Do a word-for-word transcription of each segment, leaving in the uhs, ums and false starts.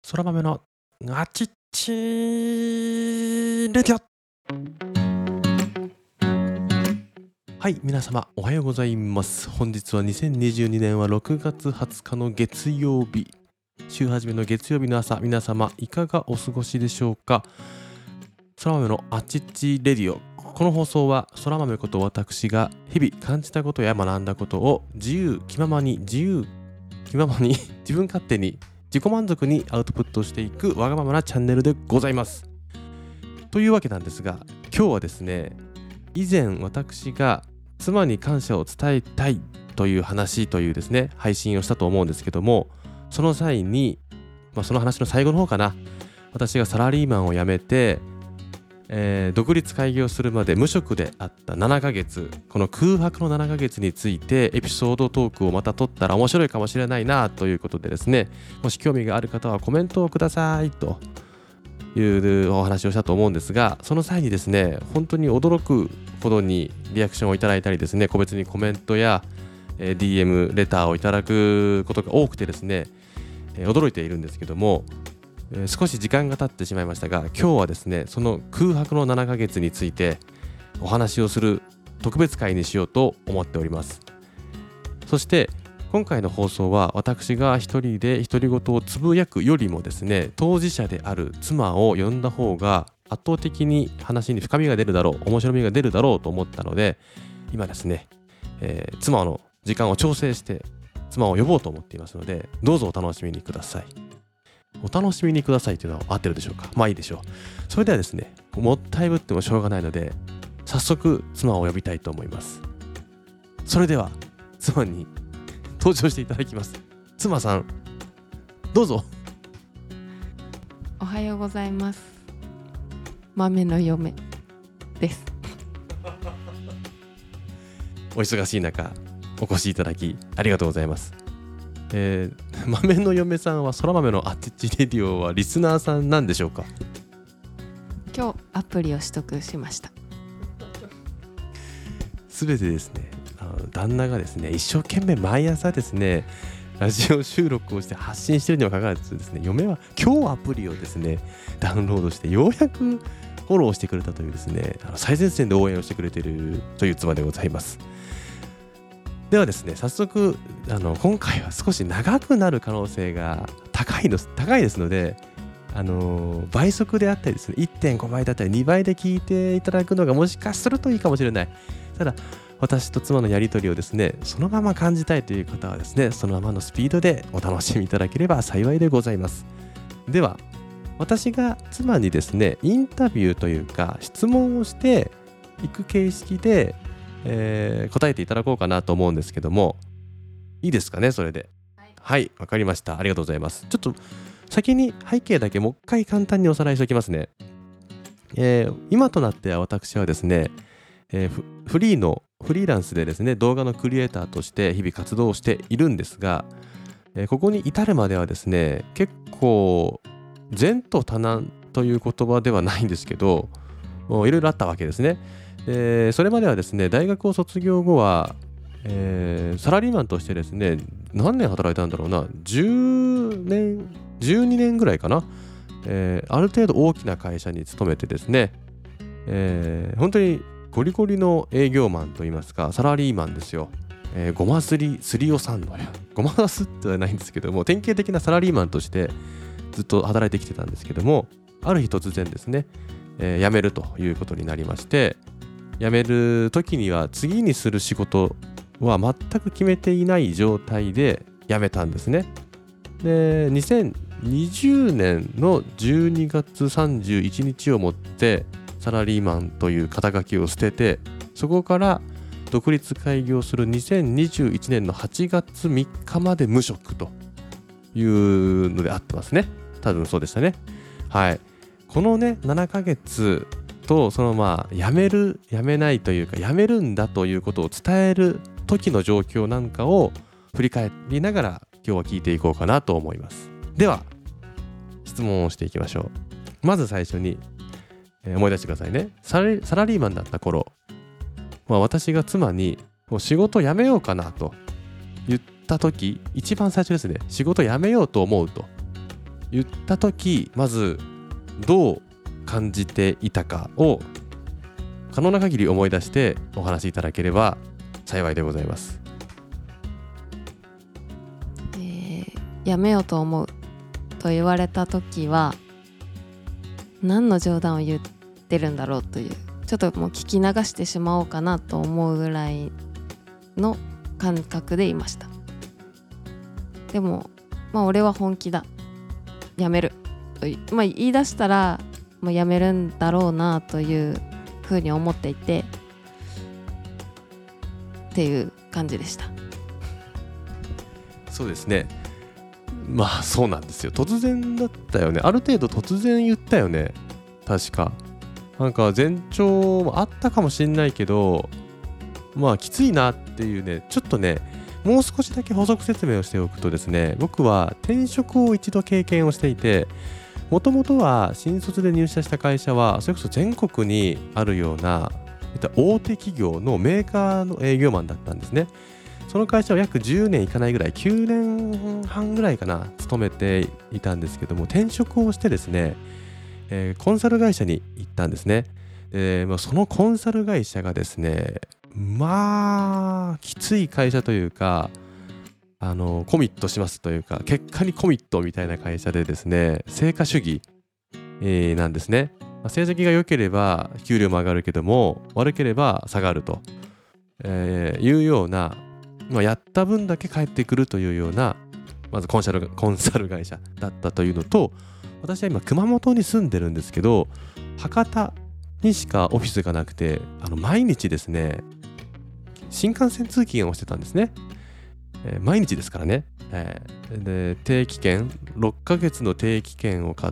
そら豆のあちっちレディオ。はい、皆様おはようございます。本日はにせんにじゅうにねんはろくがつはつかの月曜日、週始めの月曜日の朝、皆様いかがお過ごしでしょうか。そら豆のあちっちレディオ。この放送はそら豆こと私が日々感じたことや学んだことを自由気ままに自由気ままに自分勝手に自己満足にアウトプットしていくわがままなチャンネルでございます。というわけなんですが、今日はですね、以前私が妻に感謝を伝えたいという話というですね配信をしたと思うんですけども、その際に、まあ、その話の最後の方かな、私がサラリーマンを辞めて、えー、独立開業するまで無職であったななかげつ、この空白のななかげつについてエピソードトークをまた撮ったら面白いかもしれないなということでですね、もし興味がある方はコメントをくださいというお話をしたと思うんですが、その際にですね、本当に驚くほどにリアクションをいただいたりですね、個別にコメントや ディーエム レターをいただくことが多くてですね、驚いているんですけども、少し時間が経ってしまいましたが、今日はですね、その空白のななかげつについてお話をする特別会にしようと思っております。そして今回の放送は、私が一人で独り言をつぶやくよりもですね、当事者である妻を呼んだ方が圧倒的に話に深みが出るだろう、面白みが出るだろうと思ったので、今ですね、えー、妻の時間を調整して妻を呼ぼうと思っていますので、どうぞお楽しみにください。お楽しみにくださいというのは合ってるでしょうか。まあいいでしょう。それではですね、もったいぶってもしょうがないので、早速妻を呼びたいと思います。それでは妻に登場していただきます。妻さん、どうぞ。 おはようございます。豆の嫁です。 お忙しい中お越しいただきありがとうございます。えー、豆の嫁さんはそら豆のあっちっちレディオはリスナーさんなんでしょうか。 今日アプリを取得しました。 すべてですね、あの旦那がですね、一生懸命毎朝ですねラジオ収録をして発信しているにもかかわらずですね、嫁は今日アプリをですねダウンロードしてようやくフォローしてくれたというですね、あの最前線で応援をしてくれているという妻でございます。ではですね、早速あの今回は少し長くなる可能性が高いの高いですので、あのー、倍速であったりですね いってんご 倍だったりにばいで聞いていただくのがもしかするといいかもしれない。ただ私と妻のやり取りをですねそのまま感じたいという方はですね、そのままのスピードでお楽しみいただければ幸いでございます。では私が妻にですねインタビューというか質問をしていく形式でえー、答えていただこうかなと思うんですけども、いいですかね。それではい、わかりました。ありがとうございます。ちょっと先に背景だけもう一回簡単におさらいしておきますね。えー、今となっては私はですね、えー、フ, フリーのフリーランスでですね動画のクリエイターとして日々活動しているんですが、えー、ここに至るまではですね結構前途多難という言葉ではないんですけど、いろいろあったわけですね。でそれまではですね、大学を卒業後は、えー、サラリーマンとしてですね、何年働いたんだろうな、じゅうねんじゅうにねんぐらいかな、えー、ある程度大きな会社に勤めてですね、えー、本当にゴリゴリの営業マンといいますかサラリーマンですよ。えー、ごますりすりおさんのやごますってはないんですけども、典型的なサラリーマンとしてずっと働いてきてたんですけども、ある日突然ですね、えー、辞めるということになりまして、辞める時には次にする仕事は全く決めていない状態で辞めたんですね。でにせんにじゅうねんのじゅうにがつさんじゅういちにちをもってサラリーマンという肩書きを捨てて、そこから独立開業するにせんにじゅういちねんのはちがつみっかまで無職というのであってますね。多分そうでしたね。はい。このねななかげつと、そのまあ辞める辞めないというか辞めるんだということを伝える時の状況なんかを振り返りながら今日は聞いていこうかなと思います。では質問をしていきましょう。まず最初に、えー、思い出してくださいね。サラリ、サラリーマンだった頃、まあ、私が妻にもう仕事辞めようかなと言った時、一番最初ですね、仕事辞めようと思うと言った時まずどう感じていたかを可能な限り思い出してお話しいただければ幸いでございます。 えー、やめようと思うと言われた時は何の冗談を言ってるんだろうという、ちょっともう聞き流してしまおうかなと思うぐらいの感覚でいました。でもまあ俺は本気だ、やめると、まあ、言い出したらもうやめるんだろうなというふうに思っていてっていう感じでした。 そうですね、まあそうなんですよ。突然だったよね。ある程度突然言ったよね。確かなんか前兆もあったかもしれないけど、まあきついなっていうね。ちょっとねもう少しだけ補足説明をしておくとですね、僕は転職を一度経験をしていて、もともとは新卒で入社した会社はそれこそ全国にあるような大手企業のメーカーの営業マンだったんですね。その会社は約じゅうねんいかないぐらい、きゅうねんはんぐらいかな勤めていたんですけども、転職をしてですね、えーコンサル会社に行ったんですね。で、まあ、そのコンサル会社がですね、まあきつい会社というか、あのコミットしますというか、結果にコミットみたいな会社でですね、成果主義、えーなんですね。まあ成績が良ければ給料も上がるけども、悪ければ下がると、えーいうような、まあ、やった分だけ返ってくるというような、まずコンサル、コンサル会社だったというのと、私は今熊本に住んでるんですけど、博多にしかオフィスがなくて、あの毎日ですね新幹線通勤をしてたんですね。えー毎日ですからね、えーで定期券ろっかげつの定期券を買って、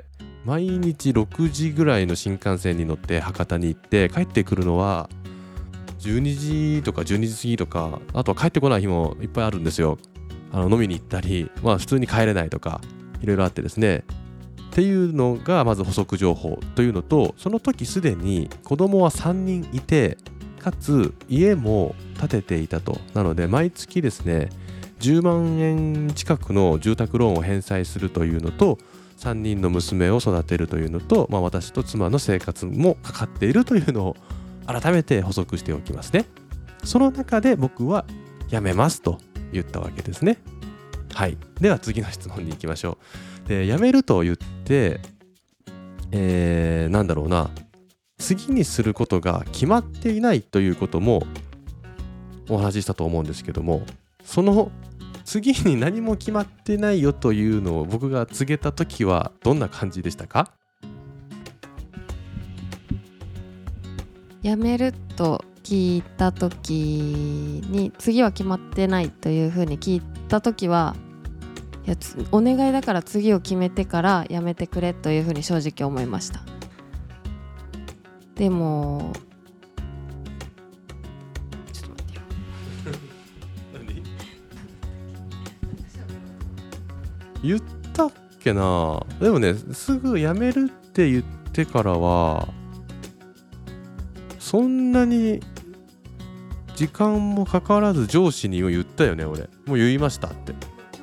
毎日ろくじぐらいの新幹線に乗って博多に行って、帰ってくるのはじゅうにじとかじゅうにじ過ぎとか、あとは帰ってこない日もいっぱいあるんですよ。あの飲みに行ったり、まあ普通に帰れないとかいろいろあってですね、っていうのがまず補足情報というのと、その時すでに子供はさんにんいて、かつ家も建てていたと。なので毎月ですねじゅうまんえん近くの住宅ローンを返済するというのと、さんにんの娘を育てるというのと、まあ、私と妻の生活もかかっているというのを改めて補足しておきますね。その中で僕は辞めますと言ったわけですね。はい。では次の質問に行きましょう。で、辞めると言って、えー、なんだろうな、次にすることが決まっていないということもお話ししたと思うんですけども、その次に何も決まってないよというのを僕が告げた時はどんな感じでしたか？ やめると聞いた時に、次は決まってないというふうに聞いた時は、いやつお願いだから次を決めてからやめてくれというふうに正直思いました。でもちょっと待ってよ言ったっけな。でもね、すぐ辞めるって言ってからはそんなに時間もかからず上司に言ったよね。俺もう言いましたって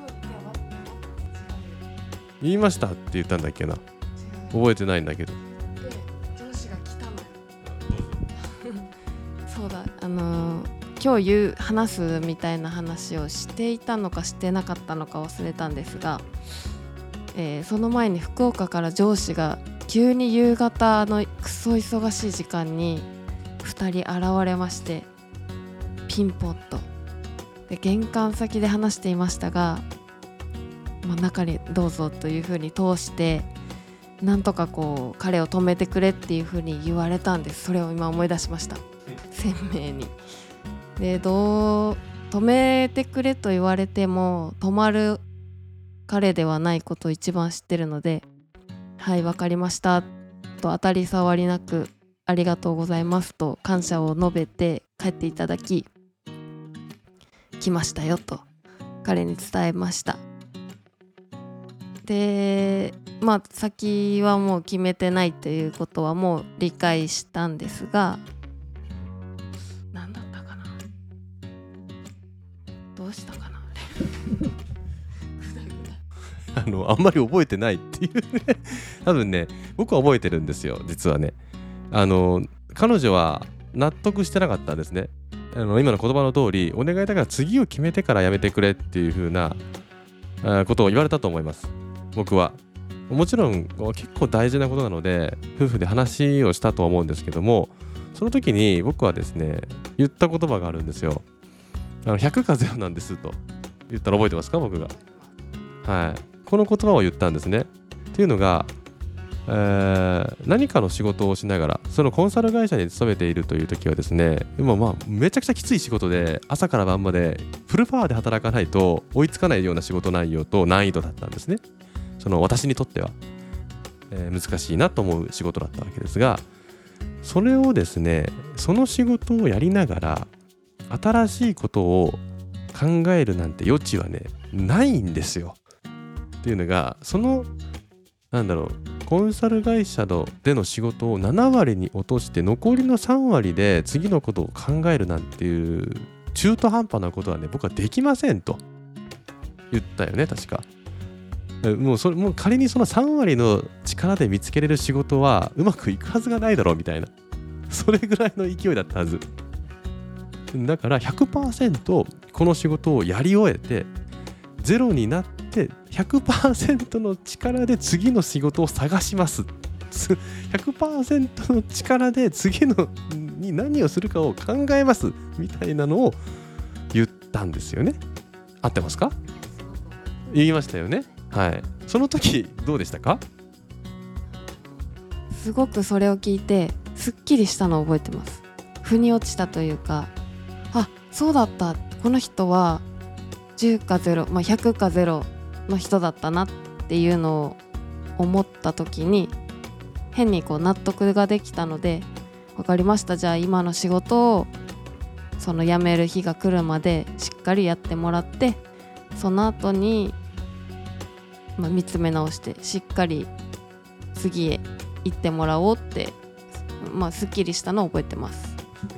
言いましたって言ったんだっけな。覚えてないんだけど。 で上司が来たのよそうだ、あのー今日言う話すみたいな話をしていたのかしてなかったのか忘れたんですが、えーその前に福岡から上司が急に夕方のクソ忙しい時間にふたり現れまして、ピンポンとで玄関先で話していましたが、まあ、中にどうぞというふうに通して、なんとかこう彼を止めてくれっていうふうに言われたんです。それを今思い出しました、鮮明に。で、どう止めてくれと言われても止まる彼ではないことを一番知ってるので、はいわかりましたと当たり障りなくありがとうございますと感謝を述べて帰っていただき、来ましたよと彼に伝えました。で、まあ先はもう決めてないということはもう理解したんですが、何だったかな、どうしたかなあのあんまり覚えてないっていうね多分ね僕は覚えてるんですよ実はね。あの彼女は納得してなかったんですね。あの今の言葉の通りお願いだから次を決めてからやめてくれっていう風なことを言われたと思います僕は。もちろん結構大事なことなので夫婦で話をしたと思うんですけども、その時に僕はですね言った言葉があるんですよ。あのひゃくかゼロなんですと言ったら覚えてますか僕が。はい、この言葉を言ったんですね。っていうのが、えー、何かの仕事をしながらそのコンサル会社に勤めているという時はですね、今まあめちゃくちゃきつい仕事で朝から晩までフルパワーで働かないと追いつかないような仕事内容と難易度だったんですね。その私にとっては、えー、難しいなと思う仕事だったわけですが、それをですねその仕事をやりながら新しいことを考えるなんて余地はねないんですよ。っていうのがそのなんだろうコンサル会社での仕事をななわりに落として残りのさんわりで次のことを考えるなんていう中途半端なことはね僕はできませんと言ったよね確か。もうそれもう仮にそのさんわりの力で見つけれる仕事はうまくいくはずがないだろうみたいな、それぐらいの勢いだったはずだから ひゃくパーセント この仕事をやり終えてゼロになって ひゃくパーセント の力で次の仕事を探します。 ひゃくパーセント の力で次のに何をするかを考えますみたいなのを言ったんですよね。合ってますか？言いましたよね。はい、その時どうでしたか？ すごくそれを聞いてすっきりしたのを覚えてます。腑に落ちたというか、あ、そうだった、この人はじゅうかゼロ、まあ、ひゃくかゼロの人だったなっていうのを思った時に変にこう納得ができたので、わかりました、じゃあ今の仕事をその辞める日が来るまでしっかりやってもらって、その後にまあ、見つめ直してしっかり次へ行ってもらおうって、まあ、すっきりしたのを覚えてます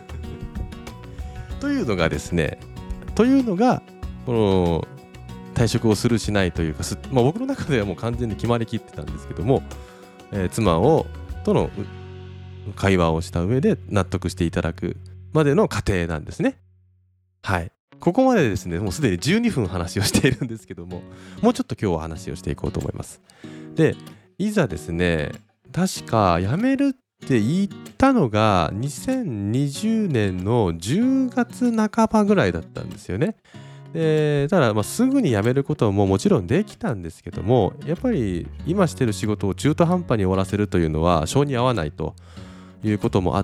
というのがですねというのがこの退職をするしないというか、まあ、僕の中ではもう完全に決まりきってたんですけども、えー、妻をとの会話をした上で納得していただくまでの過程なんですね。はい、ここまでですねもうすでにじゅうにふん話をしているんですけども、もうちょっと今日は話をしていこうと思います。で、いざですね確か辞めるって言ったのがにせんにじゅうねんのじゅうがつなかばぐらいだったんですよね。でただ、まあ、すぐに辞めることももちろんできたんですけども、やっぱり今してる仕事を中途半端に終わらせるというのは性に合わないということもあって、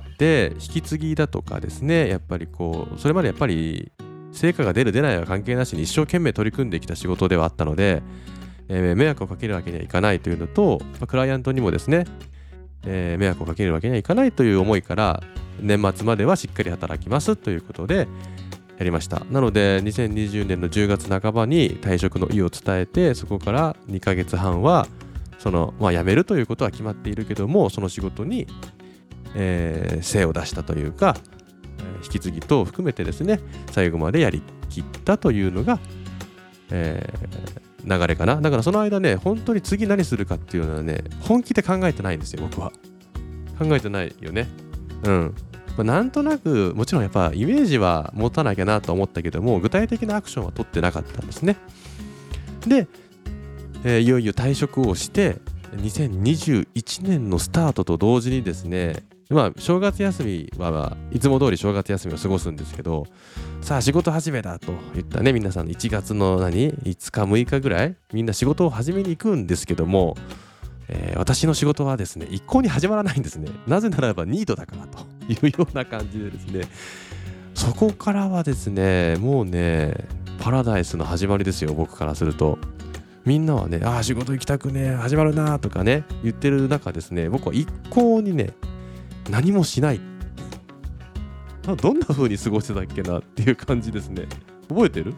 引き継ぎだとかですね、やっぱりこうそれまでやっぱり成果が出る出ないは関係なしに一生懸命取り組んできた仕事ではあったので、えー、迷惑をかけるわけにはいかないというのと、まあ、クライアントにもですね、えー、迷惑をかけるわけにはいかないという思いから年末まではしっかり働きますということでやりました。なのでにせんにじゅうねんのじゅうがつなかばに退職の意を伝えて、そこからにかげつはんはその、まあ、辞めるということは決まっているけども、その仕事に、えー、精を出したというか、引き継ぎ等を含めてですね最後までやりきったというのが、えー、流れかな。だからその間ね本当に次何するかっていうのはね本気で考えてないんですよ。僕は考えてないよね。うん、まあ、なんとなくもちろんやっぱイメージは持たなきゃなと思ったけども、具体的なアクションは取ってなかったんですね。で、えー、いよいよ退職をしてにせんにじゅういちねんのスタートと同時にですね、まあ、正月休みはいつも通り正月休みを過ごすんですけど、さあ仕事始めだと言ったね皆さんいちがつの何いつかむいかぐらいみんな仕事を始めに行くんですけども、えー、私の仕事はですね一向に始まらないんですね。なぜならばニートだからというような感じでですね、そこからはですねもうねパラダイスの始まりですよ。僕からするとみんなはね、ああ仕事行きたくね始まるなとかね言ってる中ですね、僕は一向にね何もしない。どんな風に過ごしてたっけなっていう感じですね。覚えてる？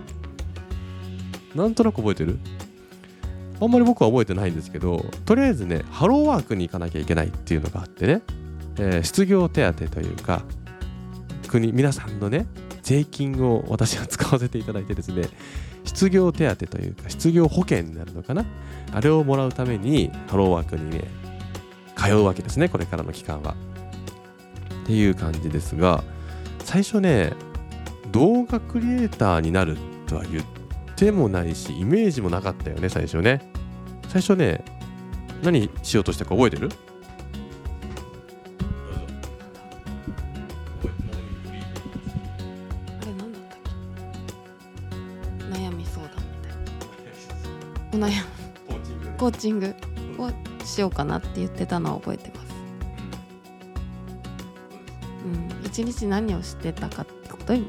なんとなく覚えてる？あんまり僕は覚えてないんですけど、とりあえずねハローワークに行かなきゃいけないっていうのがあってね、えー、失業手当というか国皆さんのね税金を私は使わせていただいてですね失業手当というか失業保険になるのかな、あれをもらうためにハローワークにね通うわけですね、これからの期間はっていう感じですが、最初ね動画クリエイターになるとは言ってもないしイメージもなかったよね。最初ね最初ね何しようとしたか覚えてる？ あれ何だったっけ、悩み相談みたいな、お悩みコーチングをしようかなって言ってたのは覚えてます。うん、一日何をしてたかってこと今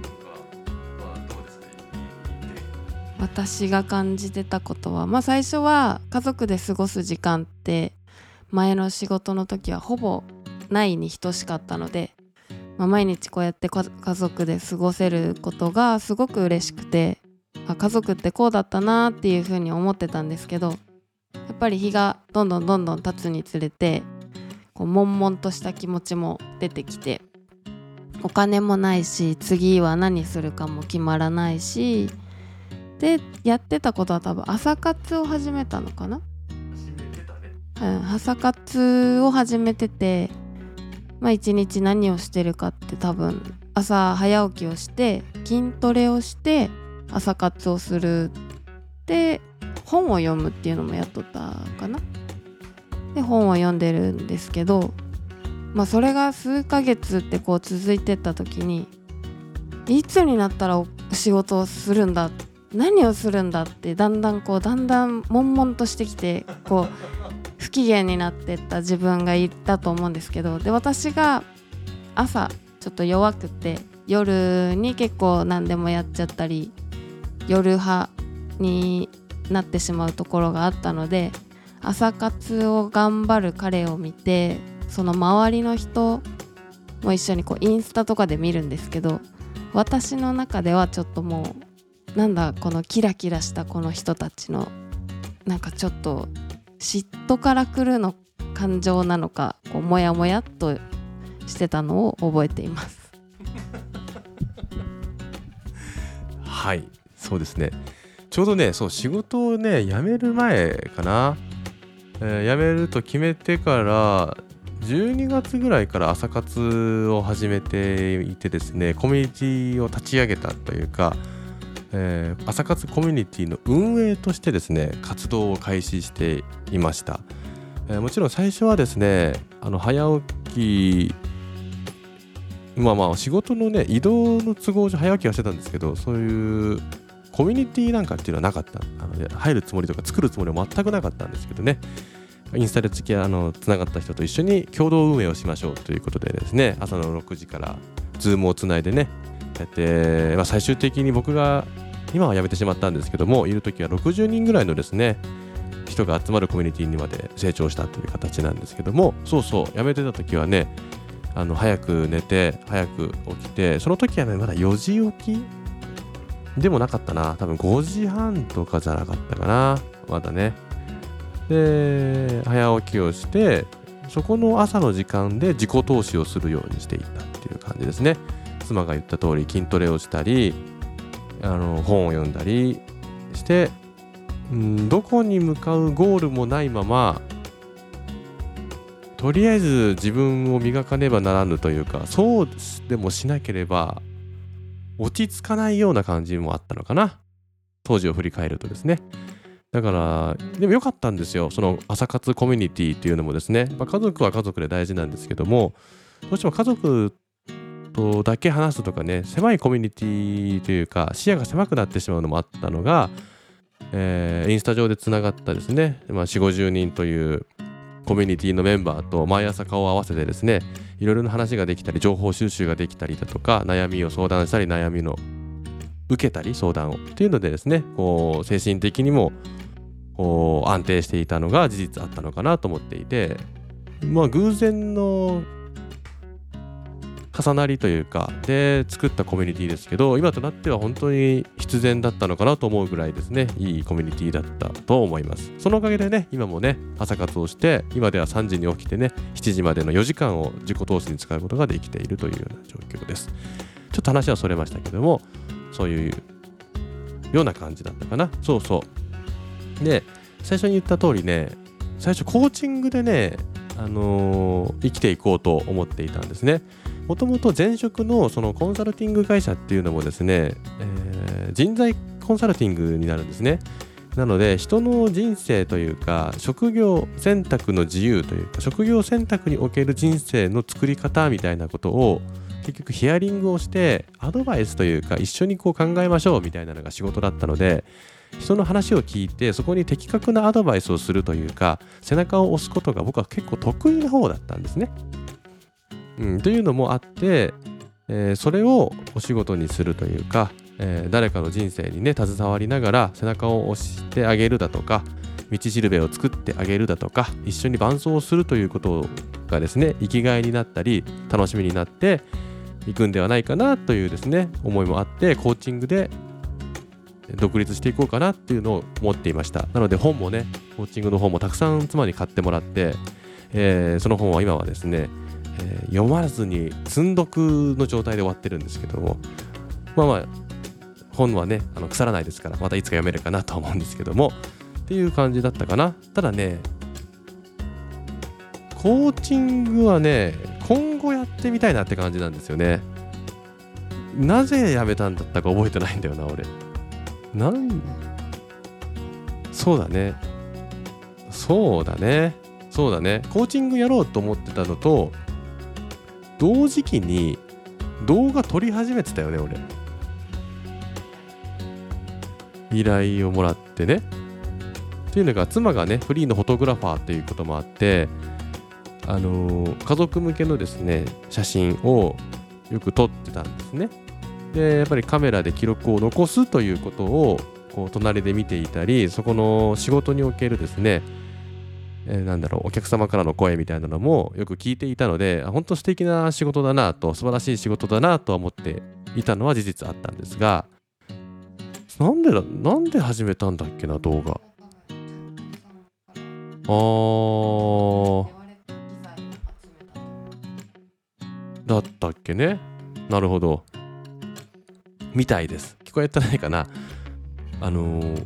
私が感じてたことは、まあ最初は家族で過ごす時間って前の仕事の時はほぼないに等しかったので、まあ、毎日こうやって家族で過ごせることがすごく嬉しくて、あ家族ってこうだったなっていうふうに思ってたんですけど、やっぱり日がどんどんどんどん経つにつれてこう悶々とした気持ちも出てきて、お金もないし次は何するかも決まらないしで、やってたことは多分朝活を始めたのかな、うん、朝活を始めてて、まあ一日何をしてるかって多分朝早起きをして筋トレをして朝活をするで本を読むっていうのもやっとったかな。で本を読んでるんですけど、まあそれが数ヶ月ってこう続いてった時に、いつになったら仕事をするんだ、何をするんだってだんだんこうだんだん悶々としてきて、こう不機嫌になってった自分がいたと思うんですけど、で私が朝ちょっと弱くて夜に結構何でもやっちゃったり夜派になってしまうところがあったので、朝活を頑張る彼を見て、その周りの人も一緒にこうインスタとかで見るんですけど、私の中ではちょっともうなんだこのキラキラしたこの人たちのなんかちょっと嫉妬から来るの感情なのか、こうモヤモヤっとしてたのを覚えていますはいそうですね、ちょうどねそう仕事をね辞める前かな、えー、辞めると決めてからじゅうにがつぐらいから朝活を始めていてですね、コミュニティを立ち上げたというか、えー、朝活コミュニティの運営としてですね活動を開始していました。えー、もちろん最初はですねあの早起きまあまあ仕事のね移動の都合上早起きはしてたんですけど、そういうコミュニティなんかっていうのはなかった。あの、ね、入るつもりとか作るつもりは全くなかったんですけどね、インスタでつきあのつながった人と一緒に共同運営をしましょうということでですね、朝のろくじからズームをつないでねやって、まあ、最終的に僕が今は辞めてしまったんですけども、いる時はろくじゅうにんぐらいのですね人が集まるコミュニティにまで成長したという形なんですけども、そうそう辞めてた時はねあの早く寝て早く起きて、その時はねまだよじ起きでもなかったな、多分ごじはんとかじゃなかったかな、まだね。で早起きをしてそこの朝の時間で自己投資をするようにしていったっていう感じですね。妻が言った通り筋トレをしたりあの本を読んだりして、うん、どこに向かうゴールもないままとりあえず自分を磨かねばならぬというか、そうでもしなければ落ち着かないような感じもあったのかな、当時を振り返るとですね。だからでも良かったんですよ、その朝活コミュニティっていうのもですね、まあ、家族は家族で大事なんですけども、どうしても家族とだけ話すとかね、狭いコミュニティというか視野が狭くなってしまうのもあったのが、えー、インスタ上でつながったですね、まあ、よんじゅうごじゅうにんというコミュニティのメンバーと毎朝顔を合わせてですね、いろいろな話ができたり情報収集ができたりだとか、悩みを相談したり悩みの受けたり相談をっていうのでですね、こう精神的にもこう安定していたのが事実あったのかなと思っていて、まあ偶然の重なりというかで作ったコミュニティですけど、今となっては本当に必然だったのかなと思うぐらいですね、いいコミュニティだったと思います。そのおかげでね今もね朝活をして、今ではさんじに起きてねしちじまでのよじかんを自己投資に使うことができているというような状況です。ちょっと話はそれましたけども、そういうような感じだったかな。そうそうで最初に言った通りね、最初コーチングでね、あのー、生きていこうと思っていたんですね。もともと前職のそのコンサルティング会社っていうのもですね、えー、人材コンサルティングになるんですね。なので人の人生というか職業選択の自由というか職業選択における人生の作り方みたいなことを結局ヒアリングをしてアドバイスというか一緒にこう考えましょうみたいなのが仕事だったので、人の話を聞いてそこに的確なアドバイスをするというか背中を押すことが僕は結構得意な方だったんですね。うん、というのもあって、えー、それをお仕事にするというか、えー、誰かの人生にね携わりながら背中を押してあげるだとか道しるべを作ってあげるだとか一緒に伴走するということがですね生きがいになったり楽しみになっていくんではないかなというですね思いもあって、コーチングで独立していこうかなっていうのを思っていました。なので本もねコーチングの本もたくさん妻に買ってもらって、えー、その本は今はですね、えー、読まずに積んどくの状態で終わってるんですけども、まあまあ本はねあの腐らないですからまたいつか読めるかなと思うんですけどもっていう感じだったかな。ただねコーチングはね今後やってみたいなって感じなんですよね。なぜやめたんだったか覚えてないんだよな俺。なんそうだねそうだねそうだねコーチングやろうと思ってたのと同時期に動画撮り始めてたよね俺。依頼をもらってねっていうのが妻がねフリーのフォトグラファーっていうこともあって、あのー、家族向けのですね写真をよく撮ってたんですね。でやっぱりカメラで記録を残すということをこう隣で見ていたり、そこの仕事におけるですね、えー、なんだろうお客様からの声みたいなのもよく聞いていたので、本当素敵な仕事だなと素晴らしい仕事だなと思っていたのは事実あったんですが、なんでだなんで始めたんだっけな動画。あーだったっけね。なるほどみたいです。聞こえてないかな。あのー、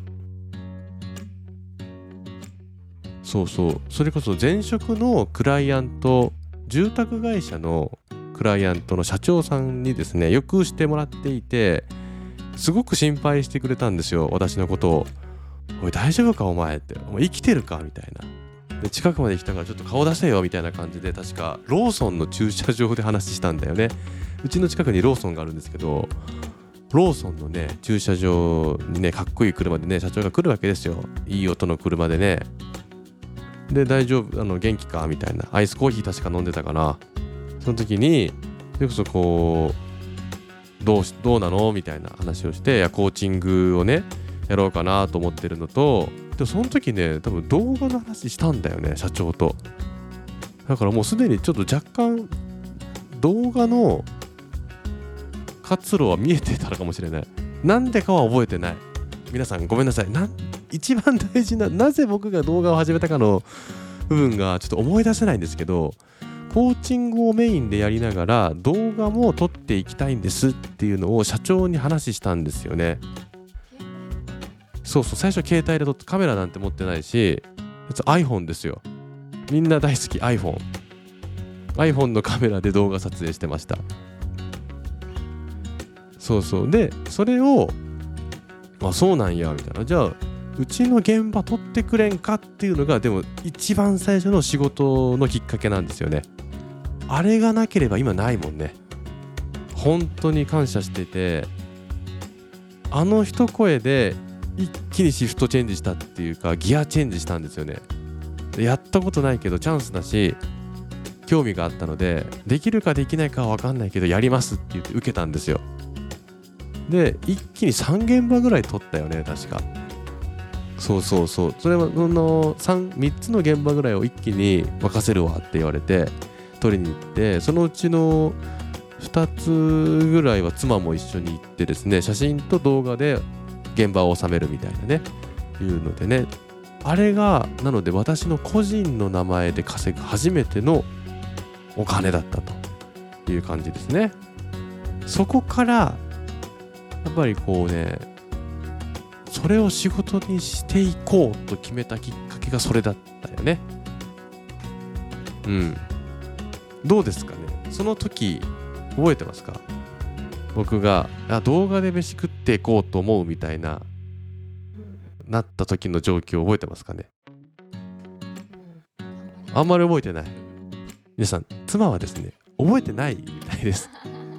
そうそうそれこそ前職のクライアント住宅会社のクライアントの社長さんにですねよくしてもらっていて、すごく心配してくれたんですよ私のことを。おい大丈夫かお前って、お前生きてるかみたいな。で近くまで来たからちょっと顔出せよみたいな感じで、確かローソンの駐車場で話したんだよね。うちの近くにローソンがあるんですけど、ローソンのね駐車場にねかっこいい車でね社長が来るわけですよ。いい音の車でね。で大丈夫あの元気かみたいな、アイスコーヒー確か飲んでたかな。その時にそれこそこうどうしどうなのみたいな話をして、いやコーチングをねやろうかなと思ってるのと、でその時ね多分動画の話したんだよね社長と。だからもうすでにちょっと若干動画の活路は見えてたのかもしれない。なんでかは覚えてない。皆さんごめんなさい。な一番大事ななぜ僕が動画を始めたかの部分がちょっと思い出せないんですけど、コーチングをメインでやりながら動画も撮っていきたいんですっていうのを社長に話したんですよね。そうそう最初携帯で撮って、カメラなんて持ってないし iPhone ですよ。みんな大好き iPhone iPhone のカメラで動画撮影してました。そうそうでそれをあそうなんやみたいな、じゃあうちの現場撮ってくれんかっていうのがでも一番最初の仕事のきっかけなんですよね。あれがなければ今ないもんね。本当に感謝してて、あの一声で一気にシフトチェンジしたっていうかギアチェンジしたんですよね。やったことないけどチャンスだし興味があったので、できるかできないかは分かんないけどやりますって言って受けたんですよ。で一気にさん現場ぐらい取ったよね確か。そうそうそうそれはその 3, 3つの現場ぐらいを一気に任せるわって言われて取りに行って、そのうちのふたつぐらいは妻も一緒に行ってですね、写真と動画で現場を収めるみたいなねいうのでね、あれがなので私の個人の名前で稼ぐ初めてのお金だったという感じですね。そこからやっぱりこうねそれを仕事にしていこうと決めたきっかけがそれだったよね。うんどうですかね、その時覚えてますか？僕があ動画で飯食っていこうと思うみたいななった時の状況覚えてますかね？あんまり覚えてない。皆さん妻はですね覚えてないみたいです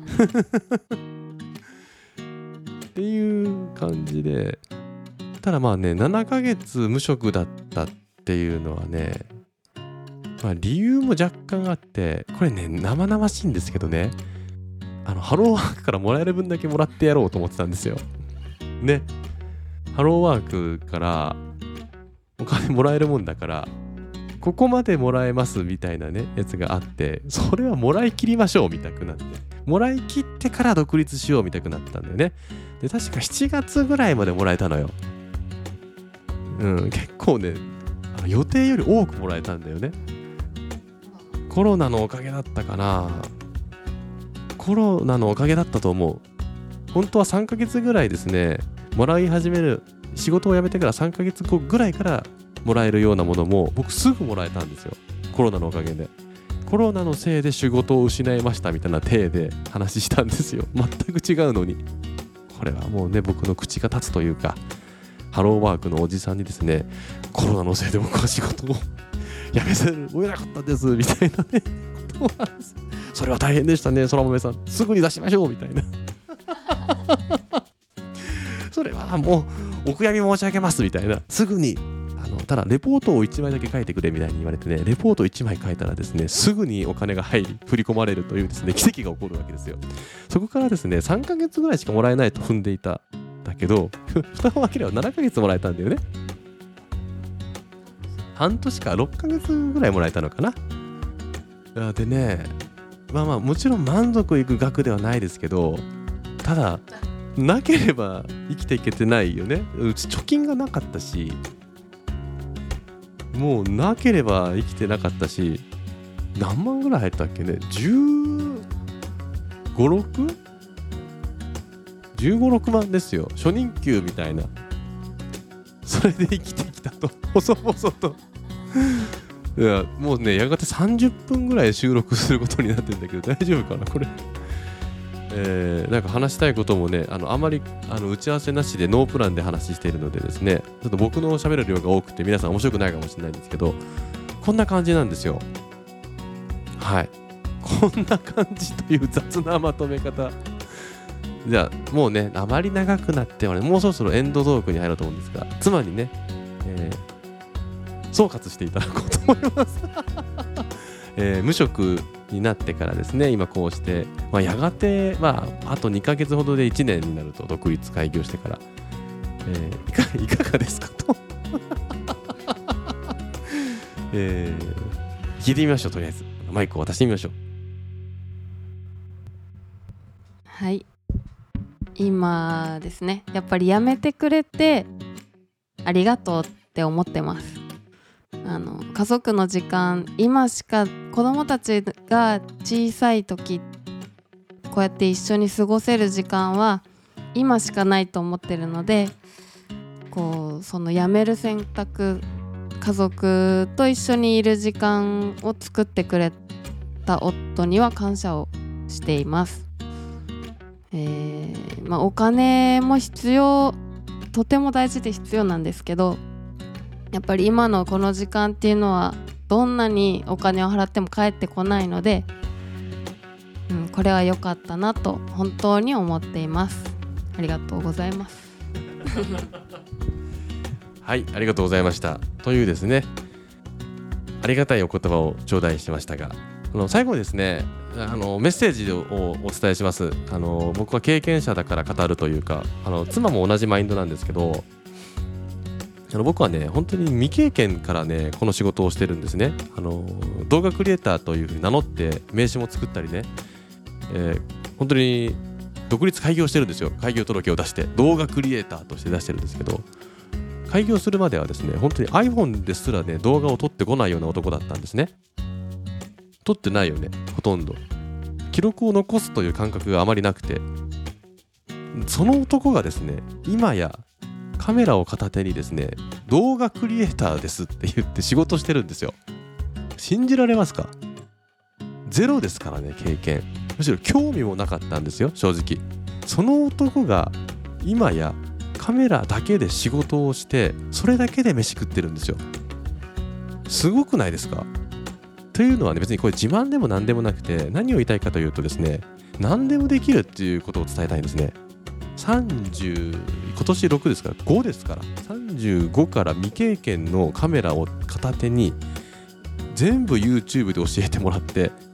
っていう感じで、ただまあねななかげつ無職だったっていうのはね、まあ理由も若干あって、これね生々しいんですけどね、あのハローワークからもらえる分だけもらってやろうと思ってたんですよね。ハローワークからお金もらえるもんだからここまでもらえますみたいなねやつがあって、それはもらい切りましょうみたくなって、もらい切ってから独立しようみたくなったんだよね。で確かしちがつぐらいまでもらえたのよ。うん結構ねあの予定より多くもらえたんだよね。コロナのおかげだったかな。コロナのおかげだったと思う。本当はさんかげつぐらいですねもらい始める、仕事を辞めてからさんかげつごぐらいからもらえるようなものも僕すぐもらえたんですよ、コロナのおかげで。コロナのせいで仕事を失いましたみたいな体で話したんですよ。全く違うのに。これはもうね僕の口が立つというか、ハローワークのおじさんにですね、コロナのせいで僕は仕事を辞めざるを得なかったですみたいなねことなんです。それは大変でしたね、そら豆さん、すぐに出しましょうみたいなそれはもうお悔やみ申し上げますみたいな、すぐにあのただレポートをいちまいだけ書いてくれみたいに言われてね、レポートいちまい書いたらですねすぐにお金が入り振り込まれるというですね奇跡が起こるわけですよ。そこからですねさんかげつぐらいしかもらえないと踏んでいただけど蓋を開ければななかげつもらえたんだよね。半年かろっかげつぐらいもらえたのかな。でねまあまあもちろん満足いく額ではないですけど、ただなければ生きていけてないよね。うち貯金がなかったし、もうなければ生きてなかったし、何万ぐらい入ったっけね、じゅうご、ろく じゅうご、ろくまんですよ。初任給みたいな。それで生きてきたと細々といやもうねやがてさんじゅっぷんぐらい収録することになってるんだけど大丈夫かなこれ。えー、なんか話したいこともね あのあまりあの打ち合わせなしでノープランで話しているのでですね、ちょっと僕の喋る量が多くて皆さん面白くないかもしれないんですけど、こんな感じなんですよ。はいこんな感じという雑なまとめ方。じゃあもうねあまり長くなってはね、もうそろそろエンドトークに入ろうと思うんですが、妻にね、えー、総括していただこうと思います、えー、無職になってからですね、今こうして、まあ、やがて、まあ、あとにかげつほどでいちねんになると、独立開業してから、えー、いか、いかがですかと、えー、聞いてみましょう。とりあえずマイクを渡してみましょう。 はい、今ですねやっぱりやめてくれてありがとうって思ってます。あの家族の時間、今しか子供たちが小さい時こうやって一緒に過ごせる時間は今しかないと思ってるので、こうそのやめる選択、家族と一緒にいる時間を作ってくれた夫には感謝をしています。えーまあ、お金も必要、とても大事で必要なんですけど、やっぱり今のこの時間っていうのはどんなにお金を払っても返ってこないので、うん、これは良かったなと本当に思っています。ありがとうございますはい、ありがとうございました。というですね、ありがたいお言葉を頂戴しましたが、あの最後にですね、あのメッセージをお伝えします。あの僕は経験者だから語るというか、あの妻も同じマインドなんですけど、あの僕はね本当に未経験からねこの仕事をしてるんですね。あの動画クリエイターというふうに名乗って名刺も作ったりね、えー、本当に独立開業してるんですよ。開業届を出して動画クリエイターとして出してるんですけど、開業するまではですね本当に iPhone ですらね動画を撮ってこないような男だったんですね。撮ってないよね、ほとんど。記録を残すという感覚があまりなくて、その男がですね今やカメラを片手にですね、動画クリエイターですって言って仕事してるんですよ。信じられますか？ゼロですからね、経験。むしろ興味もなかったんですよ、正直。その男が今やカメラだけで仕事をして、それだけで飯食ってるんですよ。すごくないですか？というのはね、別にこれ自慢でも何でもなくて、何を言いたいかというとですね、何でもできるっていうことを伝えたいんですね。さんじゅう、今年ろくですから、ごですから、さんじゅうごから未経験のカメラを片手に全部 YouTube で教えてもらって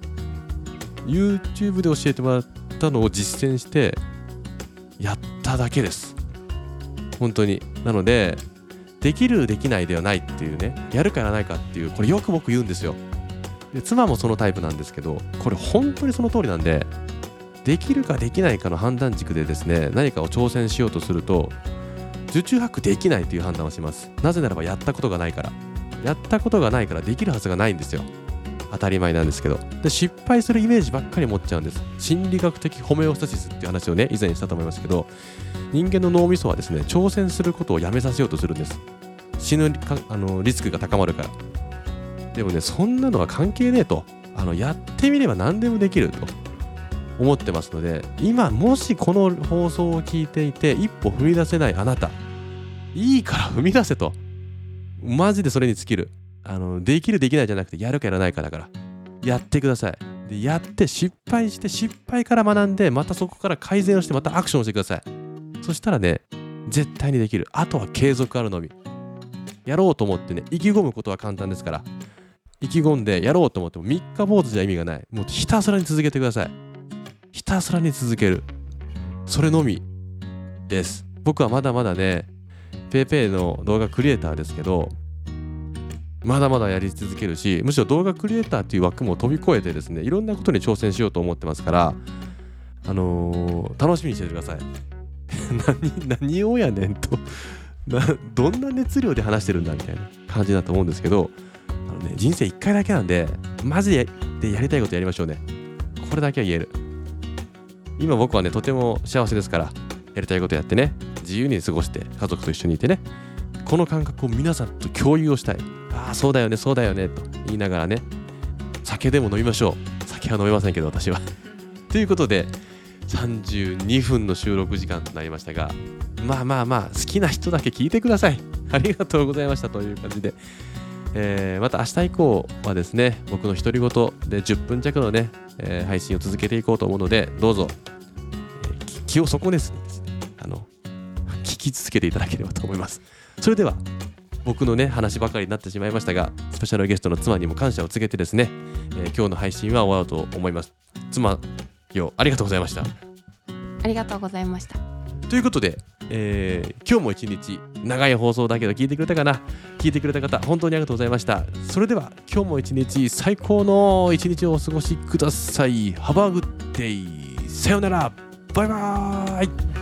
、YouTube で教えてもらったのを実践してやっただけです。本当に。なので、できるできないではないっていうね、やるかやらないかっていう、これよく僕言うんですよ。で、妻もそのタイプなんですけど、これ本当にその通りなんで、できるかできないかの判断軸でですね、何かを挑戦しようとすると、受注発デきないという判断をします。なぜならばやったことがないから。やったことがないからできるはずがないんですよ。当たり前なんですけど。で、失敗するイメージばっかり持っちゃうんです。心理学的ホメオスタシスっていう話をね、以前にしたと思いますけど、人間の脳みそはですね、挑戦することをやめさせようとするんです。死ぬかあのリスクが高まるから。でもね、そんなのは関係ねえと。あのやってみれば何でもできると思ってますので、今もしこの放送を聞いていて一歩踏み出せないあなた、いいから踏み出せと。マジでそれに尽きる。あのできるできないじゃなくて、やるかやらないかだからやってください。で、やって失敗して、失敗から学んで、またそこから改善をして、またアクションをしてください。そしたらね、絶対にできる。あとは継続あるのみ。やろうと思ってね、意気込むことは簡単ですから、意気込んでやろうと思っても三日坊主じゃ意味がない。もうひたすらに続けてください。ひたすらに続ける。それのみです。僕はまだまだね、ペイペイの動画クリエイターですけど、まだまだやり続けるし、むしろ動画クリエイターっていう枠も飛び越えてですね、いろんなことに挑戦しようと思ってますから、あのー、楽しみにしててください。何、何をやねんとな、どんな熱量で話してるんだみたいな感じだと思うんですけど、あのね、人生一回だけなんで、マジでやりたいことやりましょうね。これだけは言える。今僕はね、とても幸せですから、やりたいことやってね、自由に過ごして家族と一緒にいてね、この感覚を皆さんと共有をしたい。ああ、そうだよね、そうだよねと言いながらね、酒でも飲みましょう。酒は飲めませんけど、私は。ということで、さんじゅうにふんの収録時間となりましたが、まあまあまあ、好きな人だけ聞いてください。ありがとうございましたという感じで、えー、また明日以降はですね、僕の独り言でじゅっぷん弱のね、えー、配信を続けていこうと思うので、どうぞ、えー、気を損ねずにですね、あの、聞き続けていただければと思います。それでは、僕のね、話ばかりになってしまいましたが、スペシャルゲストの妻にも感謝を告げてですね、えー、今日の配信は終わろうと思います。妻よ、ありがとうございました。 ありがとうございました。 ということで、えー、今日も一日長い放送だけど聞いてくれたかな、聞いてくれた方本当にありがとうございました。それでは今日も一日最高の一日をお過ごしください。Have a good day。さようなら。バイバーイ。